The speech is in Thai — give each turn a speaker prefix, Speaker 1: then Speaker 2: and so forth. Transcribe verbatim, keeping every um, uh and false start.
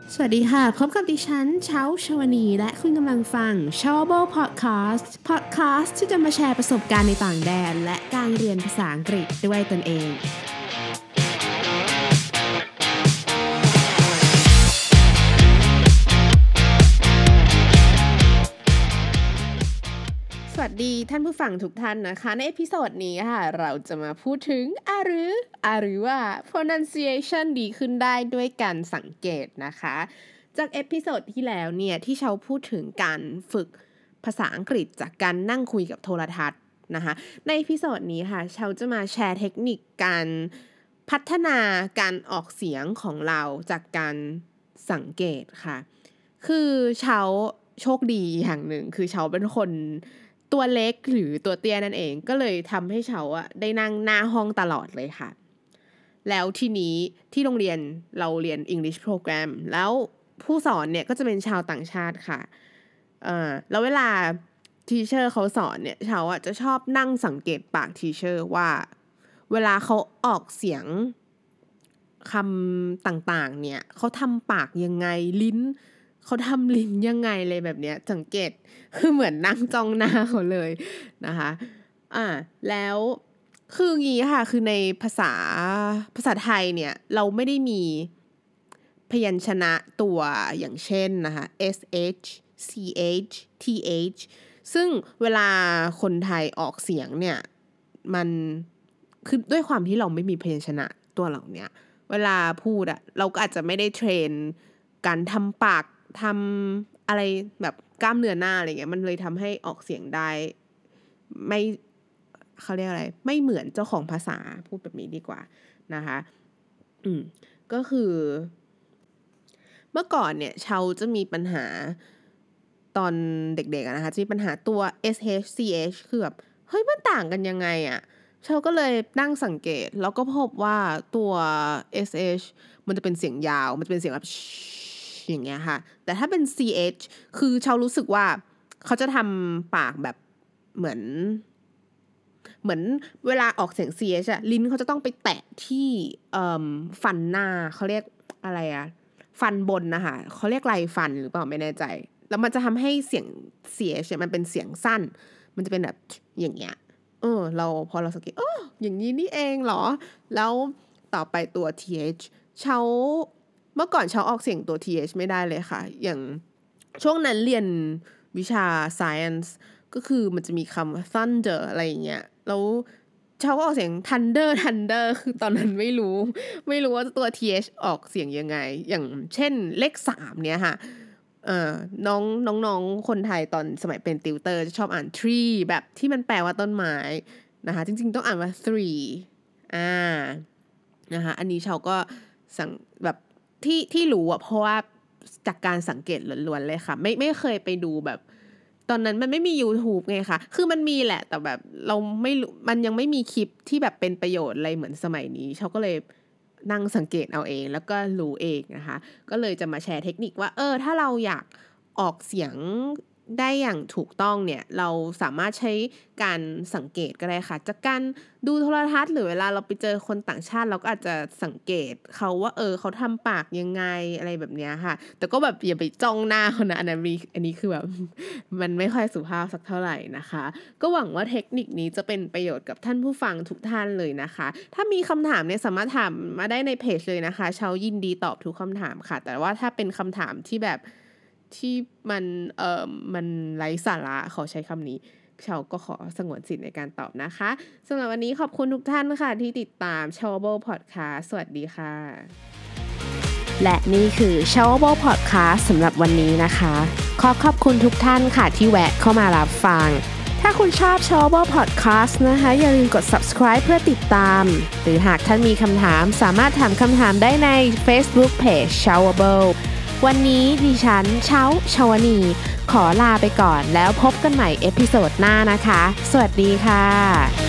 Speaker 1: สวัสดีค่ะพบกับดิฉันเช้าชวนีและคุณกำลังฟัง Chowable Podcast Podcast ที่จะมาแชร์ประสบการณ์ในต่างแดนและการเรียนภาษาอังกฤษด้วยตนเองสวัสดีท่านผู้ฟังทุกท่านนะคะในเอพิโซดนี้ค่ะเราจะมาพูดถึงอาหรืออาหรือว่า pronunciation ดีขึ้นได้ด้วยการสังเกตนะคะจากเอพิโซดที่แล้วเนี่ยที่เชาพูดถึงการฝึกภาษาอังกฤษจากการนั่งคุยกับโทรทัศน์นะคะในเอพิโซดนี้ค่ะเชาจะมาแชร์เทคนิคการพัฒนาการออกเสียงของเราจากการสังเกตค่ะคือเชาโชคดีอย่างหนึ่งคือเชาเป็นคนตัวเล็กหรือตัวเตี้ยนั่นเองก็เลยทำให้เชาอะได้นั่งหน้าห้องตลอดเลยค่ะแล้วทีนี้ที่โรงเรียนเราเรียน English Program แล้วผู้สอนเนี่ยก็จะเป็นชาวต่างชาติค่ะเอ่อแล้วเวลาทีเชอร์เขาสอนเนี่ยเชาอะจะชอบนั่งสังเกตปากทีเชอร์ว่าเวลาเขาออกเสียงคำต่างๆเนี่ยเขาทำปากยังไงลิ้นเขาทำลิ้นยังไงเลยแบบเนี้ยสังเกตคือเหมือนนั่งจ้องหน้าเขาเลยนะคะอ่าแล้วคืองี้ค่ะคือในภาษาภาษาไทยเนี่ยเราไม่ได้มีพยัญชนะตัวอย่างเช่นนะคะ sh ch th ซึ่งเวลาคนไทยออกเสียงเนี่ยมันคือด้วยความที่เราไม่มีพยัญชนะตัวเหล่านี้เวลาพูดอะเราก็อาจจะไม่ได้เทรนการทำปากทำอะไรแบบกล้ามเนื้อหน้าอะไรเงี้ยมันเลยทำให้ออกเสียงได้ไม่เขาเรียกอะไรไม่เหมือนเจ้าของภาษาพูดแบบนี้ดีกว่านะคะอืมก็คือเมื่อก่อนเนี่ยเชาจะมีปัญหาตอนเด็กๆนะคะจะมีปัญหาตัว sh ch คือแบบเฮ้ยมันต่างกันยังไงอะเชาก็เลยนั่งสังเกตแล้วก็พบว่าตัว sh มันจะเป็นเสียงยาวมันจะเป็นเสียงแบบอย่างเงี้ยค่ะแต่ถ้าเป็น ch คือเชารู้สึกว่าเขาจะทำปากแบบเหมือนเหมือนเวลาออกเสียง ch อะลิ้นเขาจะต้องไปแตะที่เอ่อฟันหน้าเขาเรียกอะไรอะฟันบนนะคะเขาเรียกไรฟันหรือเปล่าไม่แน่ใจแล้วมันจะทำให้เสียง ch มันเป็นเสียงสั้นมันจะเป็นแบบอย่างเงี้ยเออเราพอเราสังเกตอ๋ออย่างนี้นี่เองเหรอแล้วต่อไปตัว th เชาเมื่อก่อนเชาออกเสียงตัว th ไม่ได้เลยค่ะอย่างช่วงนั้นเรียนวิชา science ก็คือมันจะมีคำ thunder อะไรอย่างเงี้ยแล้วเชาก็ออกเสียง thunder thunder คือตอนนั้นไม่รู้ไม่รู้ว่าตัว th ออกเสียงยังไงอย่างเช่นเลขสามเนี้ยค่ะเอ่อน้องน้องๆคนไทยตอนสมัยเป็นติวเตอร์จะชอบอ่าน tree แบบที่มันแปลว่าต้นไม้นะคะจริงๆต้องอ่านว่า three อ่านะคะอันนี้เชาก็สังแบบที่ที่รู้อ่ะเพราะว่าจากการสังเกตล้วนๆเลยค่ะไม่ไม่เคยไปดูแบบตอนนั้นมันไม่มี YouTube ไงคะคือมันมีแหละแต่แบบเราไม่มันยังไม่มีคลิปที่แบบเป็นประโยชน์อะไรเหมือนสมัยนี้เชาก็เลยนั่งสังเกตเอาเองแล้วก็รู้เองนะคะก็เลยจะมาแชร์เทคนิคว่าเออถ้าเราอยากออกเสียงได้อย่างถูกต้องเนี่ยเราสามารถใช้การสังเกตก็ได้ค่ะจากการดูโทรทัศน์หรือเวลาเราไปเจอคนต่างชาติเราก็อาจจะสังเกตเขาว่าเออเขาทำปากยังไงอะไรแบบเนี้ยค่ะแต่ก็แบบอย่าไปจ้องหน้าเขานะอันนั้นอันนี้คือแบบ มันไม่ค่อยสุภาพสักเท่าไหร่นะคะก็หวังว่าเทคนิคนี้จะเป็นประโยชน์กับท่านผู้ฟังทุกท่านเลยนะคะถ้ามีคำถามเนี่ยสามารถถามมาได้ในเพจเลยนะคะเชายินดีตอบทุกคำถามค่ะแต่ว่าถ้าเป็นคำถามที่แบบที่มันเอ่อมันไร้สาระขอใช้คำนี้เชาก็ขอสงวนสิทธิ์ในการตอบนะคะสำหรับวันนี้ขอบคุณทุกท่านค่ะที่ติดตาม Chowable Podcast สวัสดีค่ะและนี่คือ Chowable Podcast สำหรับวันนี้นะคะขอขอบคุณทุกท่านค่ะที่แวะเข้ามารับฟังถ้าคุณชอบ Chowable Podcast นะคะอย่าลืมกด subscribe เพื่อติดตามหรือหากท่านมีคำถามสามารถถามคำถามได้ใน Facebook Page Chowableวันนี้ดิฉันเช้าชวนีขอลาไปก่อนแล้วพบกันใหม่เอพิโซดหน้านะคะสวัสดีค่ะ